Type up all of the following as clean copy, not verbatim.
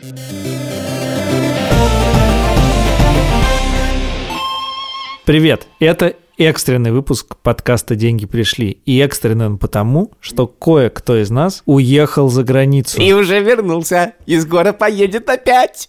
Привет! Это экстренный выпуск подкаста «Деньги пришли». И экстренный он потому, что кое-кто из нас уехал за границу. И уже вернулся. И скоро поедет опять.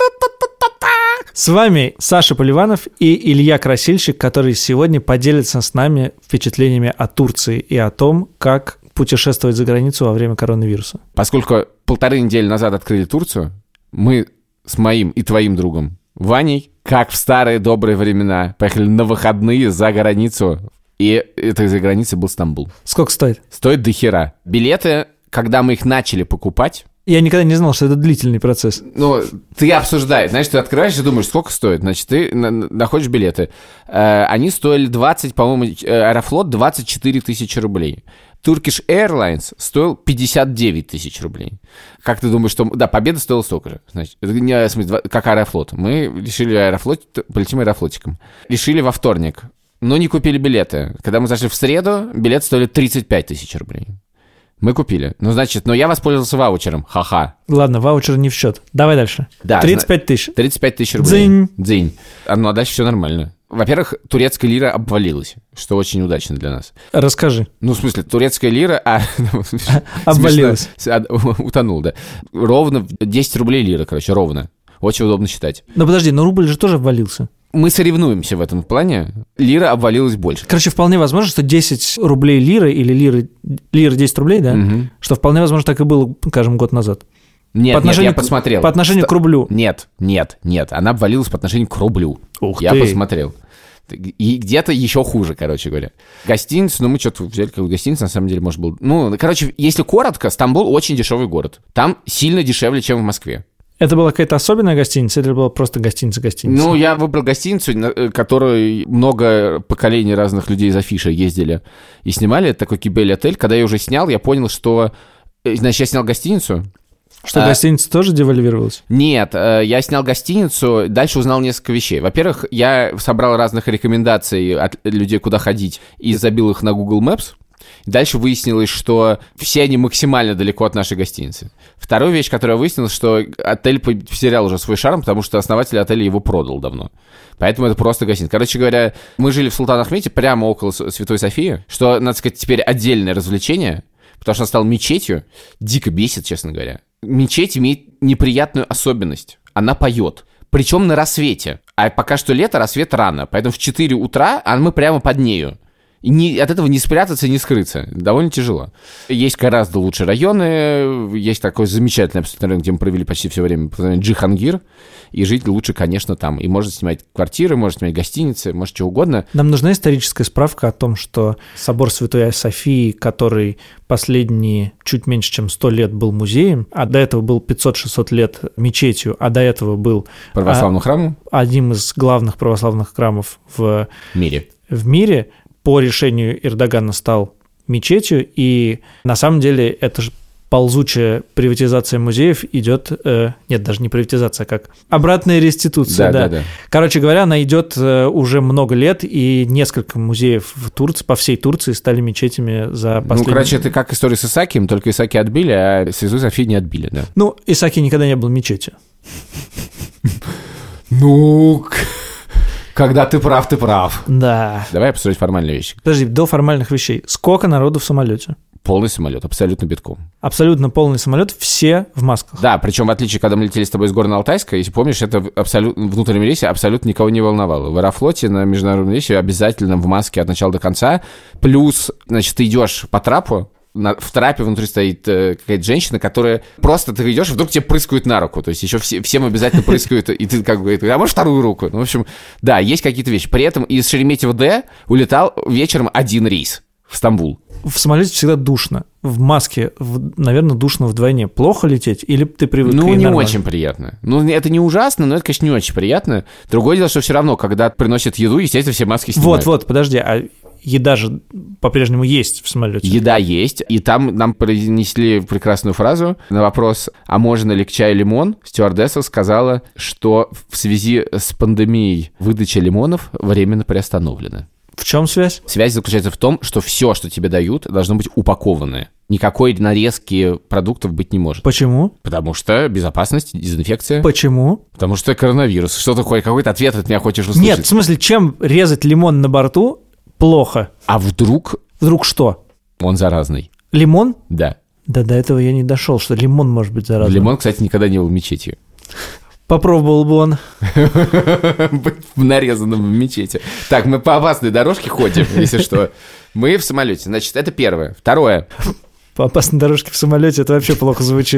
С вами Саша Поливанов и Илья Красильщик, которые сегодня поделятся с нами впечатлениями о Турции и о том, как путешествовать за границу во время коронавируса. Поскольку 1,5 недели назад открыли Турцию, мы с моим и твоим другом Ваней, как в старые добрые времена, поехали на выходные за границу. И этой за границей был Стамбул. Сколько стоит? Стоит дохера. Билеты, когда мы их начали покупать... Я никогда не знал, что это длительный процесс. Ну, ты обсуждаешь, знаешь, ты открываешь и думаешь, сколько стоит. Значит, ты находишь билеты. Они стоили 20, по-моему, Аэрофлот 24 тысячи рублей. Turkish Airlines стоил 59 тысяч рублей. Как ты думаешь, что... Да, Победа стоила столько же. Значит, это не, в смысле, как Аэрофлот. Мы решили полетим Аэрофлотиком. Решили во вторник, но не купили билеты. Когда мы зашли в среду, билеты стоили 35 тысяч рублей. Мы купили. Ну, значит, я воспользовался ваучером. Ха-ха. Ладно, ваучер не в счет. Давай дальше. Да, 35 тысяч. 35 тысяч рублей. Дзынь. Дзынь. Ну, а дальше все нормально. Во-первых, турецкая лира обвалилась, что очень удачно для нас. Расскажи. Ну, в смысле, турецкая лира... Обвалилась. Утонул, да. Ровно 10 рублей лира, короче, ровно. Очень удобно считать. Но подожди, рубль же тоже обвалился. Мы соревнуемся в этом плане. Лира обвалилась больше. Короче, вполне возможно, что 10 рублей лиры или лира 10 рублей, да? Угу. Что вполне возможно так и было, скажем, год назад. Нет, я посмотрел. По отношению к рублю. Нет. Она обвалилась по отношению к рублю. Ух я ты. Посмотрел. И где-то еще хуже, короче говоря. Гостиницу, мы что-то взяли какую гостиницу, на самом деле, может, был... если коротко, Стамбул очень дешевый город. Там сильно дешевле, чем в Москве. Это была какая-то особенная гостиница или была просто гостиница? Я выбрал гостиницу, которой много поколений разных людей из Афиши ездили и снимали. Это такой Кибель-отель. Когда я уже снял, я понял, что... Значит, я снял гостиницу. Что, гостиница тоже девальвировалась? Нет, я снял гостиницу, дальше узнал несколько вещей. Во-первых, я собрал разных рекомендаций от людей, куда ходить, и забил их на Google Maps. Дальше выяснилось, что все они максимально далеко от нашей гостиницы. Вторая вещь, которую я выяснил, что отель потерял уже свой шарм, потому что основатель отеля его продал давно. Поэтому это просто гостиница. Короче говоря, мы жили в Султан-Ахмете, прямо около Святой Софии, что, надо сказать, теперь отдельное развлечение, потому что он стал мечетью. Дико бесит, честно говоря. Мечеть имеет неприятную особенность. Она поет. Причем на рассвете. А пока что лето, рассвет рано. Поэтому в 4 утра, а мы прямо под нею. И от этого не спрятаться, не скрыться. Довольно тяжело. Есть гораздо лучшие районы. Есть такой замечательный абсолютно район, где мы провели почти все время, Джихангир. И жить лучше, конечно, там. И можно снимать квартиры, можно снимать гостиницы, может, что угодно. Нам нужна историческая справка о том, что собор Святой Софии, который последние чуть меньше, чем 100 лет был музеем, а до этого был 500-600 лет мечетью, а до этого был... Православным храмом? Одним из главных православных храмов в мире. По решению Эрдогана стал мечетью, и на самом деле это же ползучая приватизация музеев идет... нет, даже не приватизация, а как обратная реституция. Да. Короче говоря, она идет уже много лет, и несколько музеев в Турции, по всей Турции стали мечетями за последние... это как история с Исаакием, только Исааки отбили, а Святую Софию не отбили, да. Исааки никогда не был мечетью. Когда ты прав, ты прав. Да. Давай обсудить формальные вещи. Подожди, до формальных вещей. Сколько народу в самолете? Полный самолет, абсолютно битком. Абсолютно полный самолет, все в масках. Да, причем в отличие, когда мы летели с тобой из Горно-Алтайска, если помнишь, это абсолютно в внутреннем рейсе абсолютно никого не волновало. В Аэрофлоте на международном рейсе обязательно в маске от начала до конца. Плюс, значит, ты идешь по трапу, в трапе внутри стоит какая-то женщина, которая просто ты идешь, и вдруг тебе прыскают на руку. То есть еще всем обязательно прыскают, и ты как бы, а можешь вторую руку? В общем, да, есть какие-то вещи. При этом из Шереметьево-Д улетал вечером один рейс в Стамбул. В самолете всегда душно. В маске, наверное, душно вдвойне. Плохо лететь или ты привык к ней не нормально? Очень приятно. Это не ужасно, но это, конечно, не очень приятно. Другое дело, что все равно, когда приносят еду, естественно, все маски снимают. Вот, подожди, а еда же по-прежнему есть в самолете. Еда есть, и там нам произнесли прекрасную фразу на вопрос, а можно ли к чаю лимон, стюардесса сказала, что в связи с пандемией выдача лимонов временно приостановлена. В чем связь? Связь заключается в том, что все, что тебе дают, должно быть упакованное. никакой нарезки продуктов быть не может. Почему? Потому что безопасность, дезинфекция. Почему? Потому что коронавирус. Что такое? Какой-то ответ от меня хочешь услышать? Нет, в смысле, чем резать лимон на борту плохо? А вдруг Вдруг что? он заразный? Лимон? Да. Да до этого я не дошел, что лимон может быть заразным. Лимон, кстати, никогда не был мечетью. Попробовал бы он. Быть нарезанным в мечети. Так, мы по опасной дорожке ходим, если что. Мы в самолете. Значит, это первое. Второе. По опасной дорожке в самолете это вообще плохо звучит.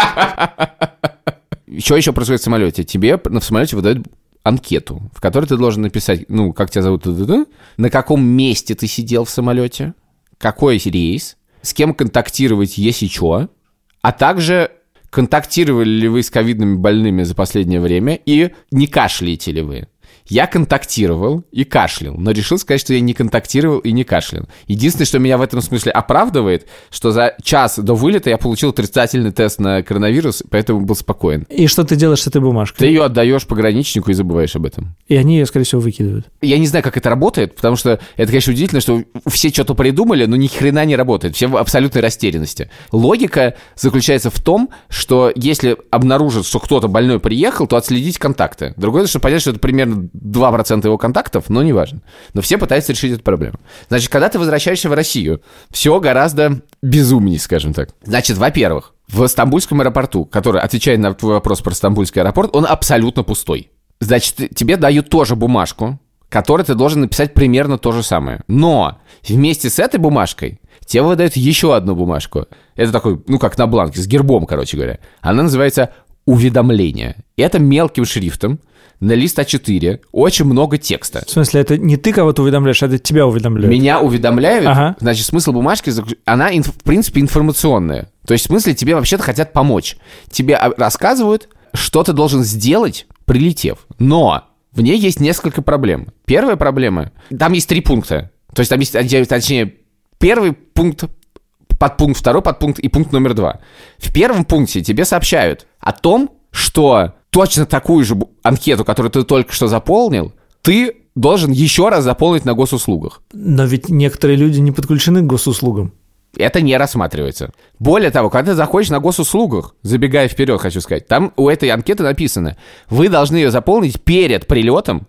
Что еще происходит в самолете? Тебе в самолете выдают анкету, в которой ты должен написать, как тебя зовут, на каком месте ты сидел в самолете, какой рейс, с кем контактировать, если что, а также контактировали ли вы с ковидными больными за последнее время и не кашляете ли вы. Я контактировал и кашлял, но решил сказать, что я не контактировал и не кашлял. Единственное, что меня в этом смысле оправдывает, что за час до вылета я получил отрицательный тест на коронавирус, поэтому был спокоен. И что ты делаешь с этой бумажкой? Ты ее отдаешь пограничнику и забываешь об этом. И они ее, скорее всего, выкидывают. Я не знаю, как это работает, потому что это, конечно, удивительно, что все что-то придумали, но ни хрена не работает. Все в абсолютной растерянности. Логика заключается в том, что если обнаружат, что кто-то больной приехал, то отследить контакты. Другое, что понять, что это примерно 2% его контактов, но неважно. Но все пытаются решить эту проблему. Значит, когда ты возвращаешься в Россию, все гораздо безумнее, скажем так. Значит, во-первых, в Стамбульском аэропорту, который, отвечает на твой вопрос про Стамбульский аэропорт, он абсолютно пустой. Значит, тебе дают тоже бумажку, которой ты должен написать примерно то же самое. Но вместе с этой бумажкой тебе выдают еще одну бумажку. Это такой, как на бланке, с гербом, короче говоря. Она называется «Уведомление». И это мелким шрифтом на лист А4 очень много текста. В смысле, это не ты кого-то уведомляешь, а это тебя уведомляют? Меня уведомляют. Ага. Значит, смысл бумажки, она, в принципе, информационная. То есть, в смысле, тебе вообще-то хотят помочь. Тебе рассказывают, что ты должен сделать, прилетев. Но в ней есть несколько проблем. Первая проблема, там есть 3 пункта. То есть, там есть, точнее, первый пункт, подпункт, второй подпункт и пункт номер 2. В первом пункте тебе сообщают о том, что точно такую же анкету, которую ты только что заполнил, ты должен еще раз заполнить на госуслугах. Но ведь некоторые люди не подключены к госуслугам. Это не рассматривается. Более того, когда ты заходишь на госуслугах, забегая вперед, хочу сказать, там у этой анкеты написано, вы должны ее заполнить перед прилетом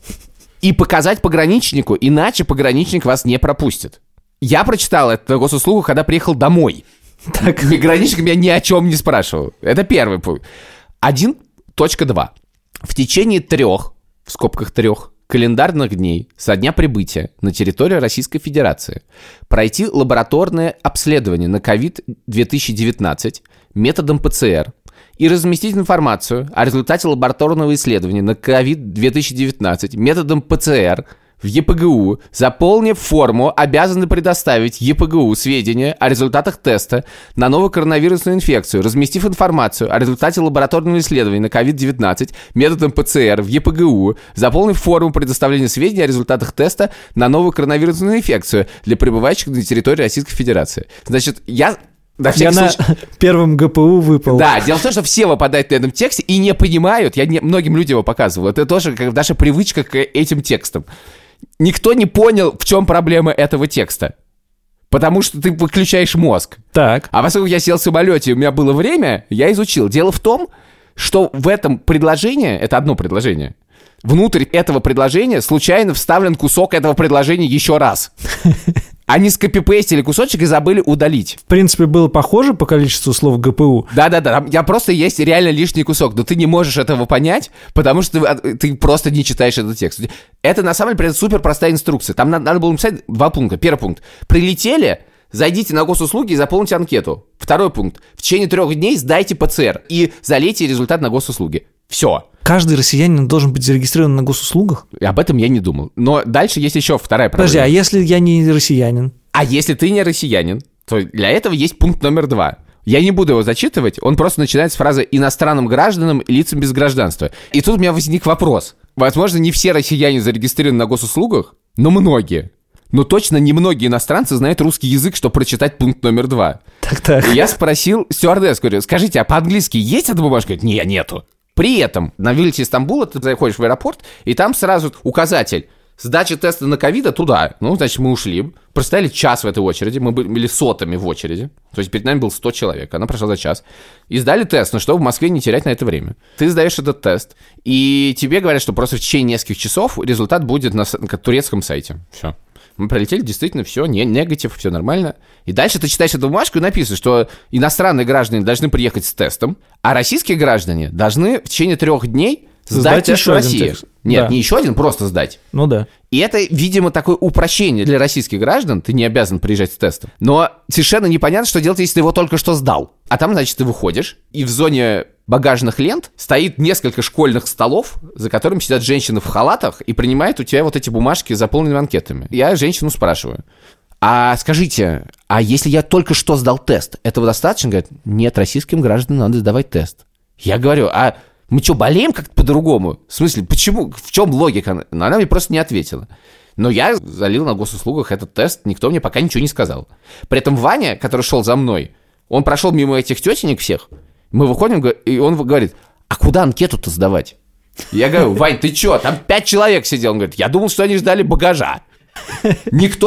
и показать пограничнику, иначе пограничник вас не пропустит. Я прочитал это на госуслугах, когда приехал домой. Так. Пограничник меня ни о чем не спрашивал. Это первый пункт. 1.2. В течение 3, в скобках 3, календарных дней со дня прибытия на территорию Российской Федерации пройти лабораторное обследование на COVID-2019 методом ПЦР и разместить информацию о результате лабораторного исследования на COVID-2019 методом ПЦР в ЕПГУ, заполнив форму, обязаны предоставить ЕПГУ сведения о результатах теста на новую коронавирусную инфекцию, разместив информацию о результате лабораторного исследования на COVID-19 методом ПЦР в ЕПГУ, заполнив форму предоставления сведений о результатах теста на новую коронавирусную инфекцию для пребывающих на территории Российской Федерации. Значит, я на первом ГПУ выпал. Да, дело в том, что все выпадают на этом тексте и не понимают, многим людям его показывал, это тоже как наша привычка к этим текстам. Никто не понял, в чем проблема этого текста. Потому что ты выключаешь мозг. Так. А поскольку я сидел в самолете, у меня было время, я изучил. Дело в том, что в этом предложении, это одно предложение, внутрь этого предложения случайно вставлен кусок этого предложения еще раз. Они скопипейстили кусочек и забыли удалить. В принципе, было похоже по количеству слов ГПУ. Да-да-да, там просто есть реально лишний кусок, но ты не можешь этого понять, потому что ты просто не читаешь этот текст. Это, на самом деле, супер простая инструкция. Там надо было написать 2 пункта. Первый пункт. Прилетели, зайдите на госуслуги и заполните анкету. Второй пункт. В течение 3 дней сдайте ПЦР и залейте результат на госуслуги. Все. Каждый россиянин должен быть зарегистрирован на госуслугах? Об этом я не думал. Но дальше есть еще вторая проблема. Подожди, а если я не россиянин? А если ты не россиянин, то для этого есть пункт номер 2. Я не буду его зачитывать, он просто начинается с фразы «иностранным гражданам и лицам без гражданства». И тут у меня возник вопрос. Возможно, не все россияне зарегистрированы на госуслугах, но многие. Но точно немногие иностранцы знают русский язык, чтобы прочитать пункт номер 2. Так. И я спросил стюардессу, говорю, скажите, а по-английски есть эта бумажка? Говорит, нет, нету. При этом на вылете из Стамбула ты заходишь в аэропорт, и там сразу указатель Сдача теста на ковида туда. Ну, значит, мы ушли, простояли час в этой очереди, мы были сотами в очереди, то есть перед нами было 100 человек, она прошла за час, и сдали тест, но чтобы в Москве не терять на это время. Ты сдаешь этот тест, и тебе говорят, что просто в течение нескольких часов результат будет на турецком сайте. Все. Мы пролетели, действительно, все, негатив, все нормально. И дальше ты читаешь эту бумажку и написано, что иностранные граждане должны приехать с тестом, а российские граждане должны в течение 3 дней сдать тест в России. Нет, не еще один, просто сдать. Ну да. И это, видимо, такое упрощение для российских граждан. Ты не обязан приезжать с тестом. Но совершенно непонятно, что делать, если ты его только что сдал. А там, значит, ты выходишь, и в зоне багажных лент стоит несколько школьных столов, за которыми сидят женщины в халатах и принимают у тебя вот эти бумажки, заполненные анкетами. Я женщину спрашиваю: а скажите, а если я только что сдал тест, этого достаточно? Говорит: нет, российским гражданам надо сдавать тест. Я говорю: а мы что, болеем как-то по-другому? В смысле, почему? В чем логика? Но она мне просто не ответила. Но я залил на госуслугах этот тест, никто мне пока ничего не сказал. При этом Ваня, который шел за мной, он прошел мимо этих тетенек всех. Мы выходим, и он говорит: а куда анкету-то сдавать? Я говорю: Вань, ты что? Там 5 человек сидел. Он говорит: я думал, что они ждали багажа. Никто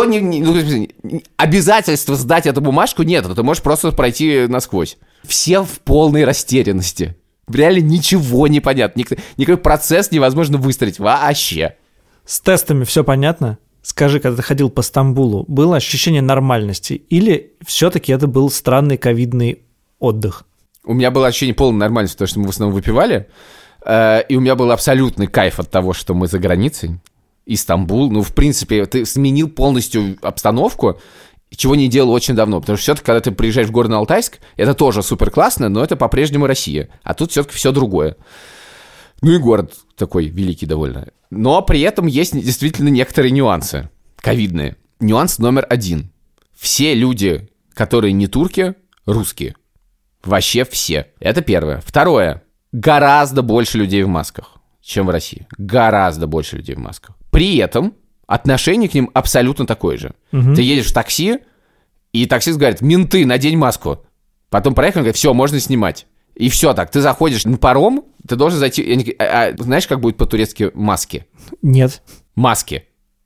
обязательства сдать эту бумажку нет. Ты можешь просто пройти насквозь. Все в полной растерянности. Реально ничего не понятно. Никакой процесс невозможно выстроить вообще. С тестами все понятно? Скажи, когда ты ходил по Стамбулу, было ощущение нормальности? Или все-таки это был странный ковидный отдых? У меня было ощущение полной нормальности, потому что мы в основном выпивали. И у меня был абсолютный кайф от того, что мы за границей. И Стамбул, ну, в принципе, ты сменил полностью обстановку, чего не делал очень давно. Потому что все-таки, когда ты приезжаешь в Горно-Алтайск, это тоже супер классно, но это по-прежнему Россия. А тут все-таки все другое. Ну и город такой великий довольно. Но при этом есть действительно некоторые нюансы ковидные. Нюанс номер 1. Все люди, которые не турки, русские. Вообще все. Это первое. Второе. Гораздо больше людей в масках, чем в России. Гораздо больше людей в масках. При этом отношение к ним абсолютно такое же. Угу. Ты едешь в такси, и таксист говорит: менты, надень маску. Потом проехал, говорит: все, можно снимать. И все так. Ты заходишь на паром, ты должен зайти... знаешь, как будет по-турецки маски? Нет. Маски.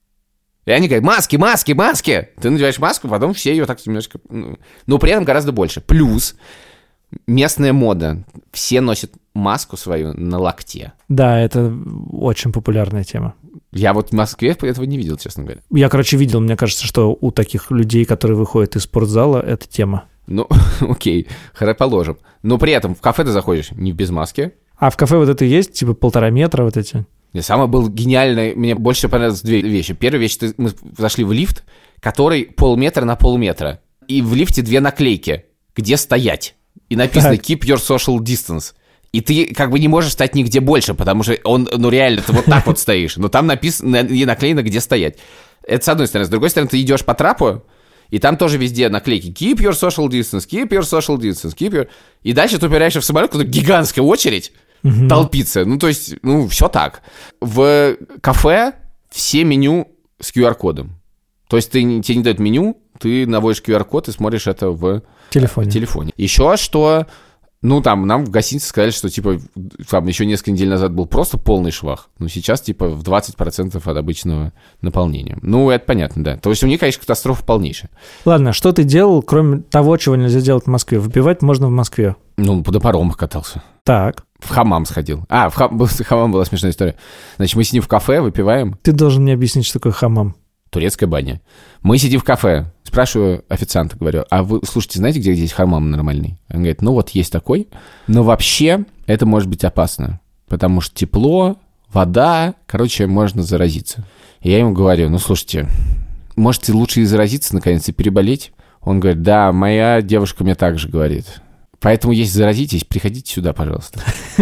И они говорят: маски, маски, маски. Ты надеваешь маску, потом все ее так немножко... Но при этом гораздо больше. Плюс местная мода. Все носят маску свою на локте. Да, это очень популярная тема. Я вот в Москве этого не видел, честно говоря. Я, видел, мне кажется, что у таких людей, которые выходят из спортзала, это тема. Ну, окей, положим. Но при этом в кафе ты заходишь не без маски. А в кафе вот это есть, типа 1,5 метра вот эти? И самое было гениальное, мне больше всего понравилось 2 вещи. Первая вещь, мы зашли в лифт, который полметра на полметра. И в лифте 2 наклейки, где стоять. И написано так: keep your social distance. И ты как бы не можешь стать нигде больше, потому что он, ну реально, ты вот так вот стоишь. Но там написано и наклеено, где стоять. Это с одной стороны. С другой стороны, ты идешь по трапу, и там тоже везде наклейки: keep your social distance, keep your social distance, keep your... И дальше ты упираешься в самолет, куда гигантская очередь толпится. Ну, то есть, все так. В кафе все меню с QR-кодом. То есть тебе не дают меню, ты наводишь QR-код и смотришь это в телефоне. Еще что... там нам в гостинице сказали, что, там еще несколько недель назад был просто полный швах. Но сейчас, в 20% от обычного наполнения. Это понятно, да. То есть у них, конечно, катастрофа полнейшая. Ладно, что ты делал, кроме того, чего нельзя делать в Москве? Выпивать можно в Москве. По паромах катался. Так. В хамам сходил. В хамам была смешная история. Значит, мы сидим в кафе, выпиваем. Ты должен мне объяснить, что такое хамам. Турецкая баня. Мы сидим в кафе. Спрашиваю официанта, говорю: а вы, слушайте, знаете, где здесь хамам нормальный? Он говорит: есть такой. Но вообще это может быть опасно. Потому что тепло, вода, можно заразиться. И я ему говорю: слушайте, может, лучше и заразиться, наконец, и переболеть? Он говорит: да, моя девушка мне так же говорит. Поэтому, если заразитесь, приходите сюда, пожалуйста.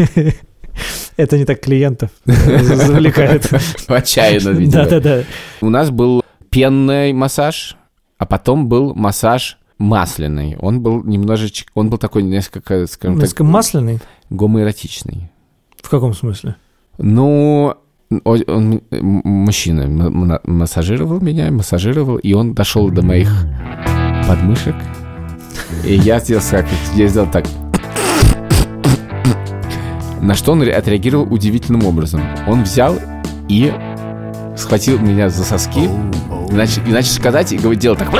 Это не так клиентов завлекает. Отчаянно, видимо. Да. У нас был пенный массаж, а потом был массаж масляный. Он был такой несколько, скажем так... масляный? Гомоэротичный. В каком смысле? Он мужчина массажировал меня, и он дошел до моих подмышек. И я сделал так. На что он отреагировал удивительным образом. Он взял и схватил меня за соски, и начал сказать, и делал так...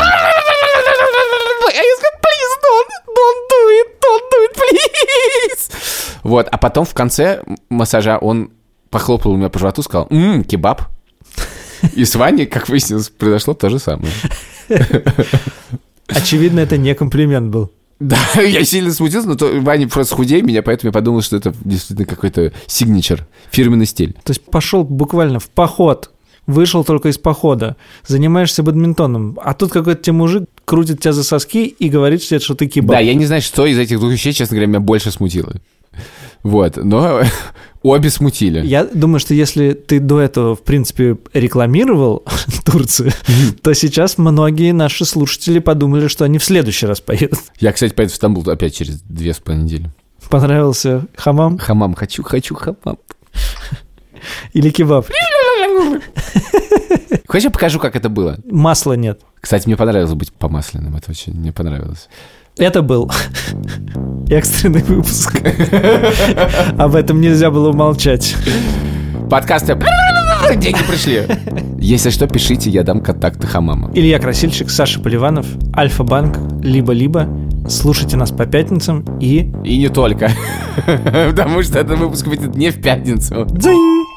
Вот, а потом в конце массажа он похлопал меня по животу, сказал: кебаб. И с Ваней, как выяснилось, произошло то же самое. Очевидно, это не комплимент был. Да, я сильно смутился, но Ваня просто худее меня, поэтому я подумал, что это действительно какой-то сигничер, фирменный стиль. То есть пошел буквально в поход, вышел только из похода, занимаешься бадминтоном, а тут какой-то тебе мужик крутит тебя за соски и говорит тебе, что ты кебаб. Да, я не знаю, что из этих двух вещей, честно говоря, меня больше смутило. Вот, но обе смутили. Я думаю, что если ты до этого, в принципе, рекламировал Турцию, то сейчас многие наши слушатели подумали, что они в следующий раз поедут. Я, кстати, поеду в Стамбул опять через 2,5 недели. Понравился хамам? Хамам, хочу хамам. Или кебаб? Хочешь, я покажу, как это было? Масла нет. Кстати, мне понравилось быть помасленным, это очень мне понравилось. Это был экстренный выпуск. Об этом нельзя было умолчать. Подкасты. Деньги пришли. Если что, пишите, я дам контакты хамама. Илья Красильщик, Саша Поливанов, Альфа-банк, либо-либо. Слушайте нас по пятницам и... И не только. Потому что этот выпуск выйдет не в пятницу. Дзинь!